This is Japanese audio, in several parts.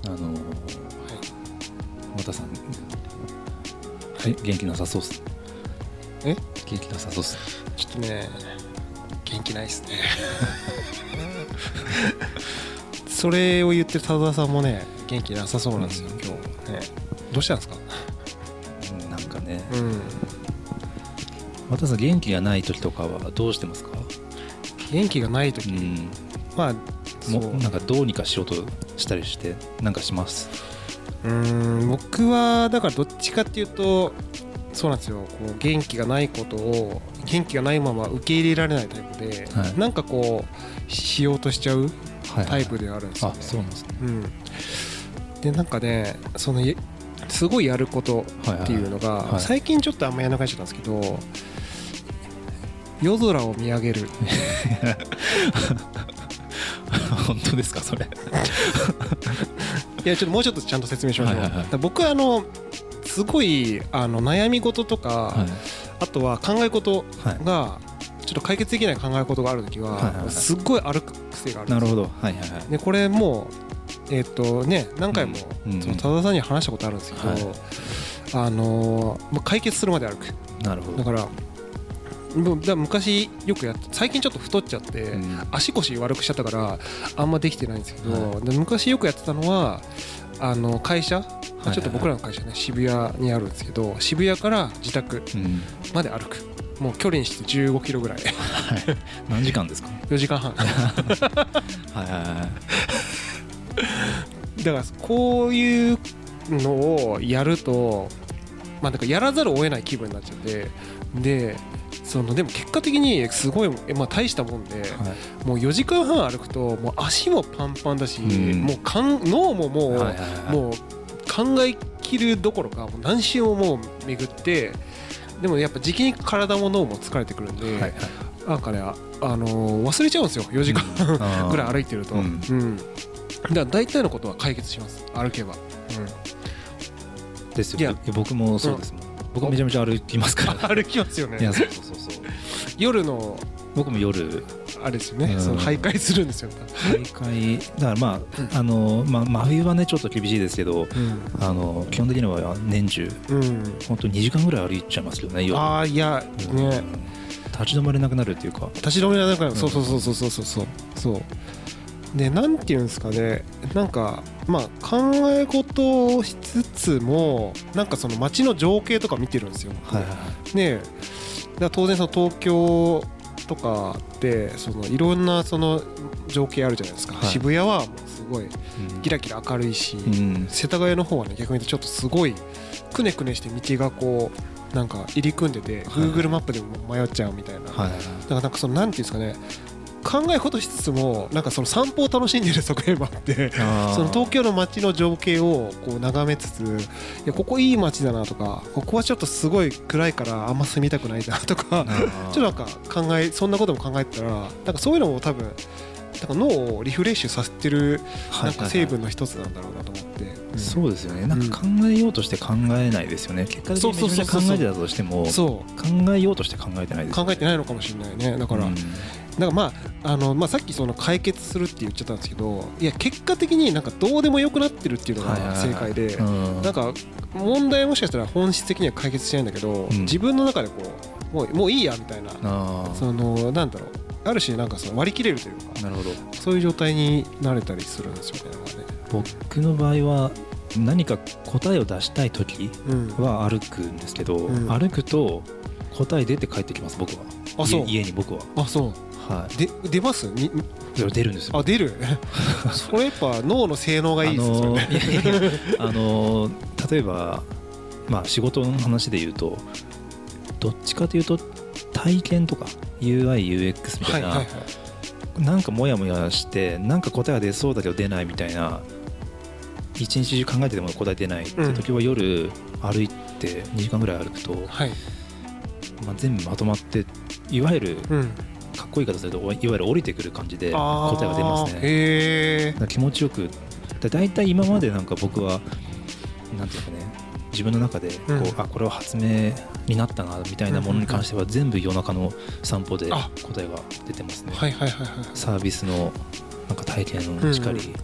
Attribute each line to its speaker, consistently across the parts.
Speaker 1: はい、和田さん、
Speaker 2: はい、
Speaker 1: 元気なさそうっす。
Speaker 2: 元
Speaker 1: 気なさそうっす。
Speaker 2: ちょっとね元気ないっすねそれを言ってる田澤さんもね元気なさそうなんですよ、今日ね。どうしたんですか？
Speaker 1: なんかね、
Speaker 2: 和
Speaker 1: 田さん元気がない時とかはどうしてますか？
Speaker 2: 元気がない時、まあ
Speaker 1: もうなんかどうにかしようとしたりしてなんかします。
Speaker 2: 僕はだからどっちかっていうとそうなんですよ、こう元気がないことを元気がないまま受け入れられないタイプで、はい、なんかこうしようとしちゃうタイプではあるんですよね。
Speaker 1: あ、そうなんですね。
Speaker 2: でなんかねそのすごいやることっていうのが最近ちょっとあんまやらなくなっちゃったんですけど、夜空を見上げる
Speaker 1: 本当ですかそれ
Speaker 2: いやちょっともうちょっとちゃんと説明しましょう。僕はすごい悩み事とか、あとは考え事がちょっと解決できない考え事があるときはすっごい歩く癖があるんですよ。
Speaker 1: なるほど。
Speaker 2: でこれも何回もその多田さんに話したことあるんですけど、解決するまで歩く。
Speaker 1: なるほど。
Speaker 2: だから昔よく最近ちょっと太っちゃって、足腰悪くしちゃったからあんまできてないんですけど、で昔よくやってたのは会社、ちょっと僕らの会社ね渋谷にあるんですけど、渋谷から自宅まで歩く、もう距離にして15キロぐらい
Speaker 1: 何時間ですか
Speaker 2: ？4時間半だからこういうのをやるとだからやらざるを得ない気分になっちゃって、でも結果的にすごい、大したもんで、もう4時間半歩くともう足もパンパンだし、もう脳ももう考えきるどころかもう何周ももう巡って、でもやっぱ時期に体も脳も疲れてくるんで、なんかね忘れちゃうんですよ4時間ぐらい歩いてると。だから大体のことは解決します、歩けば。
Speaker 1: ですよ。僕もそうですもん。僕めちゃめちゃ歩きますから。
Speaker 2: 歩きますよね。
Speaker 1: いやそう
Speaker 2: 夜の
Speaker 1: 僕も夜
Speaker 2: あれですよね、その徘徊するんですよ。
Speaker 1: 徘徊だから真冬はねちょっと厳しいですけど、基本的には年中本当に2時間ぐらい歩いちゃいますよね。
Speaker 2: いやね、
Speaker 1: 立ち止まれなくなるっていうか。
Speaker 2: 立ち止まれなくなる。そうで、なんていうんですかね、なんか考え事をしつつもなんかその街の情景とか見てるんですよ。ね、だから当然その東京とかっていろんなその情景あるじゃないですか。渋谷はもうすごいキラキラ明るいし、世田谷の方はね逆に言うとちょっとすごいくねくねして道がこうなんか入り組んでて Google マップでも迷っちゃうみたいな。だからなんかそのなんていうんですかね、考え事しつつもなんかその散歩を楽しんでる側面もあって、その東京の街の情景をこう眺めつつ、いやここいい街だなとか、ここはちょっとすごい暗いからあんま住みたくないなとかちょっとなんかそんなことも考えてたら、なんかそういうのも多分なんか脳をリフレッシュさせてるなんか成分の一つなんだろうなと思って。
Speaker 1: そうですよね。なんか考えようとして考えないですよね。結果的にめちゃめちゃ考えてたとしても考えようとして考えてないですよね。
Speaker 2: 考えてないのかもしれないね。だからさっきその解決するって言っちゃったんですけど、いや結果的になんかどうでもよくなってるっていうのが正解で、なんか問題はもしかしたら本質的には解決しないんだけど、自分の中でこうもういいやみたいな、なんだろう、ある種なんかその割り切れるというか、
Speaker 1: なるほど、
Speaker 2: そういう状態になれたりするんですよね。
Speaker 1: 僕の場合は何か答えを出したい時は歩くんですけど、歩くと答え出て帰ってきます。僕は家に僕は。あ、そう。はい。出ます？出るんですよ。
Speaker 2: あ、出る。それやっぱ脳の性能がいいですよね。
Speaker 1: 例えば仕事の話で言うと、どっちかというと体験とか UI、UX みたいな、なんかモヤモヤしてなんか答えが出そうだけど出ないみたいな、一日中考えてても答え出ないって時は夜歩いて2時間ぐらい歩くと、全部まとまって、いわゆるかっこいい言い方するといわゆる降りてくる感じで答えが出ますね。気持ちよく。だいたい今までなんか僕はなんていうかね、自分の中でこれは発明になったなみたいなものに関しては全部夜中の散歩で答えが出てますね。サービスのなんか体験しかり、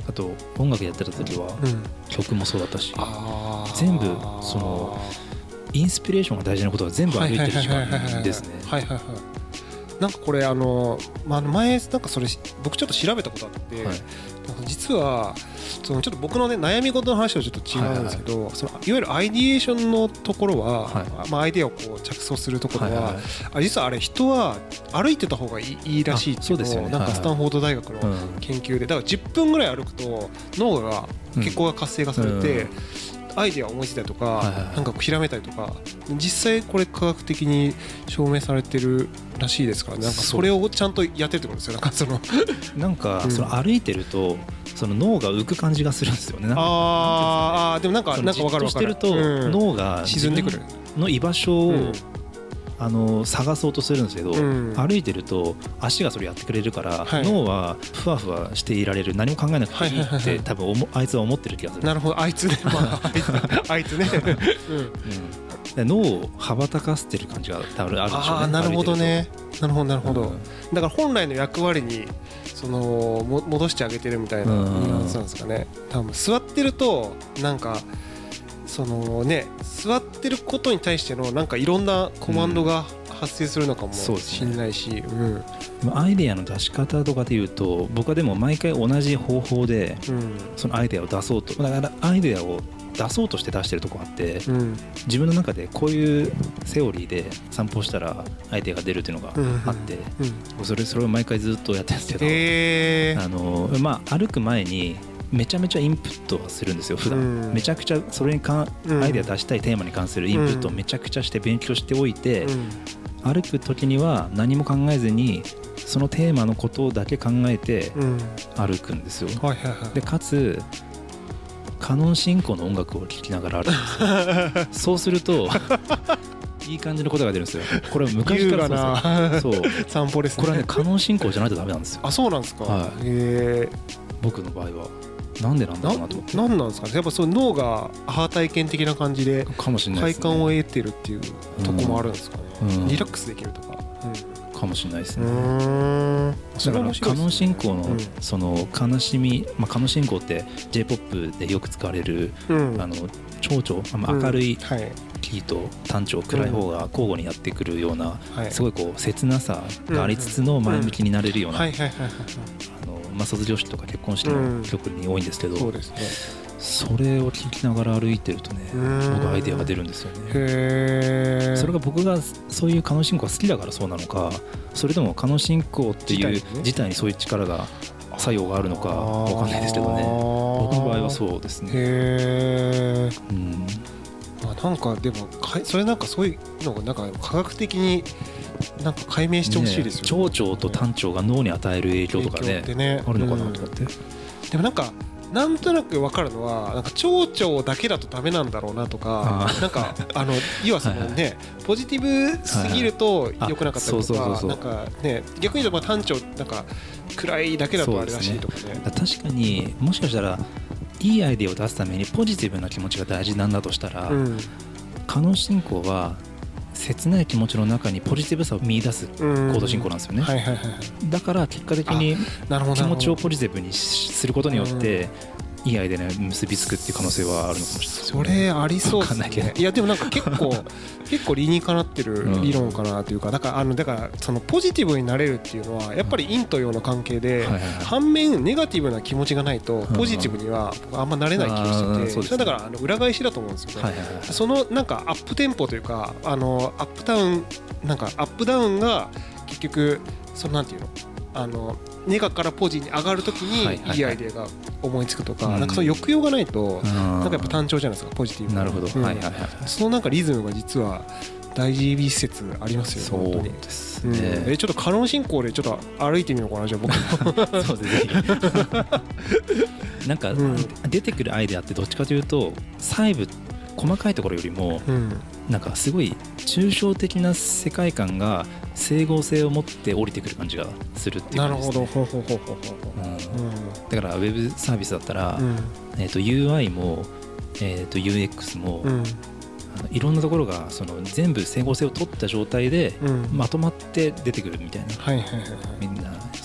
Speaker 1: あと音楽やってた時は曲もそうだったし、
Speaker 2: あ
Speaker 1: 全部そのインスピレーションが大事なことが全部歩いてる時間ですね。
Speaker 2: はいはいはい。なんかこれ前なんかそれ僕ちょっと調べたことあって、なんか実はそのちょっと僕のね悩み事の話とちょっと違うんですけど、そのいわゆるアイディエーションのところは、まあアイデアをこう着想するところは、実はあれ人は歩いてた方がいいらしいっていうのをなんかスタンフォード大学の研究で、だから10分ぐらい歩くと脳が血行が活性化されて、アイデアを思いついたりとか、なんかひらめいたりとか、実際これ科学的に証明されてるらしいですからね。なんかそれをちゃんとやってるってことですよ。なんか
Speaker 1: その歩いてるとその脳が浮く感じがするんですよね。
Speaker 2: でもなんか分かる分かる。
Speaker 1: してると脳が
Speaker 2: 沈んでくる
Speaker 1: の居場所を探そうとするんですけど、歩いてると足がそれやってくれるから、脳はふわふわしていられる、何も考えなくていいって多分あいつは思ってる気がする。
Speaker 2: なるほど、あいつね、あいつね
Speaker 1: 脳を羽ばたかせてる感じが多分あるでしょうね。
Speaker 2: なるほどね、なるほどなるほど。だから本来の役割にその戻してあげてるみたいなニュアンスなんですかね。多分座ってるとなんかそのね、座ってることに対してのなんかいろんなコマンドが発生するのかもしれないし、
Speaker 1: アイデアの出し方とかでいうと、僕はでも毎回同じ方法でそのアイデアを出そうと、だからアイデアを出そうとして出してるとこあって、自分の中でこういうセオリーで散歩したらアイデアが出るっていうのがあって、それを毎回ずっとやってるんですけど、まあ歩く前にめちゃめちゃインプットはするんですよ普段、めちゃくちゃそれにアイデア出したいテーマに関するインプットをめちゃくちゃして勉強しておいて、歩く時には何も考えずにそのテーマのことだけ考えて歩くんですよ。でかつカノン進行の音楽を聴きながら歩くんですよ。そうするといい感じのことが出るんですよ。これは昔からそう
Speaker 2: 散歩ですね。
Speaker 1: これはねカノン進行じゃないとダメなんですよ。
Speaker 2: あ、そうなんですか。
Speaker 1: 僕の場合はなんでなんだろうなと思って。
Speaker 2: なんなんですかね。やっぱその脳がアハ体験的な感じで
Speaker 1: かもしれないですね。
Speaker 2: 快感を得てるっていうとこもあるんですかね。リラックスできるとか、
Speaker 1: かもしれないですね。だからカノン進行のその悲しみ、カノン進行って J-POP でよく使われる長調、明るいキーと単調、暗い方が交互にやってくるような、すごいこう切なさがありつつの前向きになれるような、卒業式とか結婚式の曲に多いんですけど、それを聴きながら歩いてるとね、僕アイデアが出るんですよね。それが僕がそういうカノン進行が好きだからそうなのか、それともカノン進行っていう自体にそういう力が作用があるのか分かんないですけどね。僕の場合はそうですね。
Speaker 2: なんかでもそれなんかそういうのがなんか科学的になんか解明してほしいですよね。
Speaker 1: 長調と短調が脳に与える影響とかねあるのかなとかって。
Speaker 2: でもなんとなく分かるのは、なんか長調だけだとダメなんだろうなとか、なんか要はそのね、ポジティブすぎると良くなかったりとか、なんかね、逆に言うと短調なんか暗いだけだとあれらしいとかね。
Speaker 1: 確かにもしかしたらいいアイデアを出すためにポジティブな気持ちが大事なんだとしたら、カノン進行は切ない気持ちの中にポジティブさを見出す行動進行なんですよね。だから結果的に気持ちをポジティブにすることによっていいアイデアに結びつくっていう可能性はあるのかもしれないですよね。
Speaker 2: それありそうですね。いやでもなんか結構理にかなってる理論かなというか、だからそのポジティブになれるっていうのはやっぱり陰と陽の関係で、反面ネガティブな気持ちがないとポジティブにはあんまなれない気がしてて、それだから裏返しだと思うんですよね。そのなんかアップテンポというかアップダウン、なんかアップダウンが結局そのなんていうの、ネガからポジに上がるときにいいアイデアが思いつくとか、なんかその抑揚がないとなんかやっぱ単調じゃないですか、ポジティブ。
Speaker 1: なるほど。
Speaker 2: そのなんかリズムが実は大事説ありますよね。
Speaker 1: そうですね。
Speaker 2: ちょっとカノン進行でちょっと歩いてみようかな、じゃあ僕も。
Speaker 1: そうですね。なんか出てくるアイデアってどっちかというと細部細かいところよりもなんかすごい抽象的な世界観が整合性を持って降りてくる感じがするっていう感じですね。
Speaker 2: なるほど。
Speaker 1: だからウェブサービスだったら、UI も、UX も、いろんなところがその全部整合性を取った状態でまとまって出てくるみたいな、みんなそういう感じ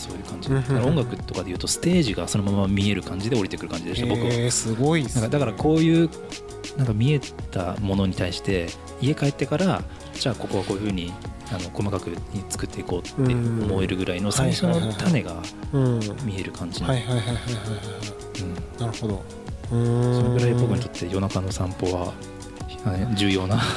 Speaker 1: じ、だから音楽とかでいうとステージがそのまま見える感じで降りてくる感じでした、僕は。
Speaker 2: すごいっすね。
Speaker 1: だからこういうなんか見えたものに対して家帰ってからじゃあここはこういう風に細かく作っていこうって思えるぐらいの最初の種が見える感じ。
Speaker 2: はいはいはいはいはいはい。なるほど。
Speaker 1: それぐらい僕にとって夜中の散歩は重要な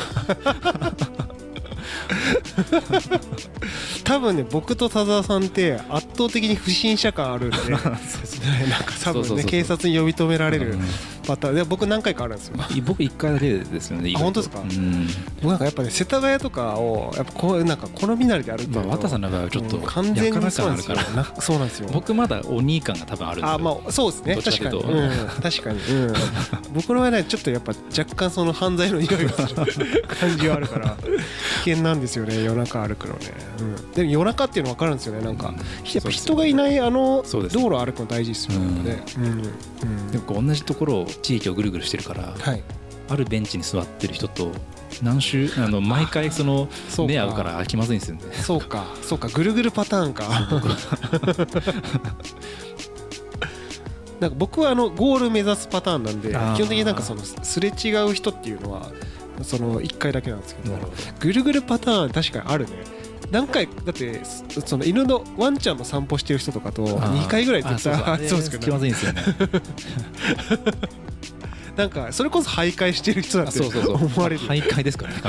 Speaker 2: 多分ね、僕と田沢さんって圧倒的に不審者感あるんでなんか多分ね、警察に呼び止められるパターンで、僕何回かあるんですよ。
Speaker 1: 僕1回だけですよね。
Speaker 2: 本当ですか？僕なんかやっぱね、世田谷とかをやっぱこうなんか好みなりで歩いてると、
Speaker 1: 渡さんの場合はちょっと
Speaker 2: 完全にそうなんですよ。そうなんですよ。
Speaker 1: 僕まだお兄感が多分あるんですよ。
Speaker 2: まあそうですね、確かに、確かに、僕の場合ね、ちょっとやっぱ若干その犯罪の匂いがする感じはあるから危険なんですよね、夜中歩くのね。でも夜中っていうの分かるんですよね。なんかやっぱ人がいない道路歩くの大事ですよね。
Speaker 1: でも同じところを地域をぐるぐるしてるから、あるベンチに座ってる人と毎回その目合うから気まずいんですよね。
Speaker 2: そうかそうか、ぐるぐるパターンかなんか僕はゴール目指すパターンなんで、基本的になんかそのすれ違う人っていうのはその1回だけなんですけど、ぐるぐるパターン確かにあるね。何回だってその犬のワンちゃんの散歩してる人とかと2回ぐらい絶対ありそうですけど、
Speaker 1: 気まずいんですよね
Speaker 2: なんかそれこそ徘徊してる人だって思われる。
Speaker 1: 徘徊ですからね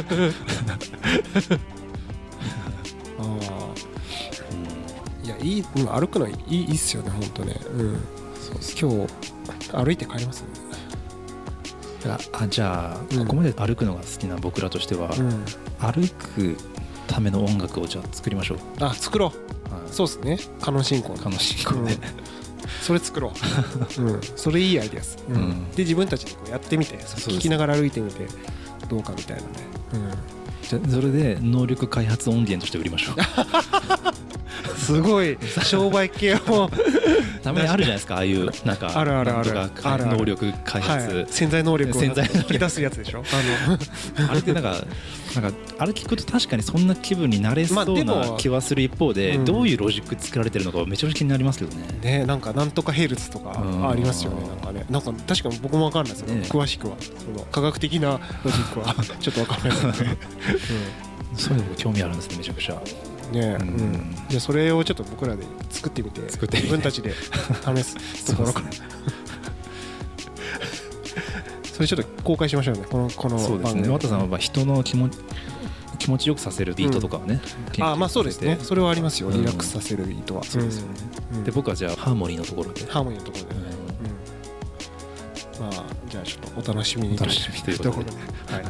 Speaker 2: いや、いい、歩くのいいっすよね、本当ね。今日歩いて帰りますね。
Speaker 1: じゃあここまで歩くのが好きな僕らとしては、歩くための音楽をじゃあ作りましょう。
Speaker 2: 作ろう。そうですね、カノン進行でそれ作ろうそれいいアイデアです。で自分たちでこうやってみて、聞きながら歩いてみてどうかみたいなね。
Speaker 1: じゃあそれで能力開発音源として売りましょう
Speaker 2: すごい商売系を
Speaker 1: たまにあるじゃないですか、ああいうなんか能力開発、
Speaker 2: 潜在能力を引き出すやつでしょ
Speaker 1: あれってなんかあれ聞くと確かにそんな気分になれそうな気はする一方で、どういうロジック作られてるのかめちゃめちゃ気になりますけどね。
Speaker 2: なんかなんとかヘルツとかありますよね。なんか確かに僕も分かんないですよ、詳しくはその科学的なロジックはちょっと分かんないので
Speaker 1: そういうの興味あるんですね、めちゃくちゃ
Speaker 2: ね。じゃあそれをちょっと僕らで作ってみて、自分たちで試すところからそれちょっと公開しましょうね、この
Speaker 1: そうですね。渡さんは人の気持ちよくさせるビートとかはね、
Speaker 2: まあそうですね、それはありますよ、リラックスさせるビートは。
Speaker 1: そうですよね。で僕はじゃあハーモニーのところでま
Speaker 2: あじゃあちょっとお楽しみにというところで、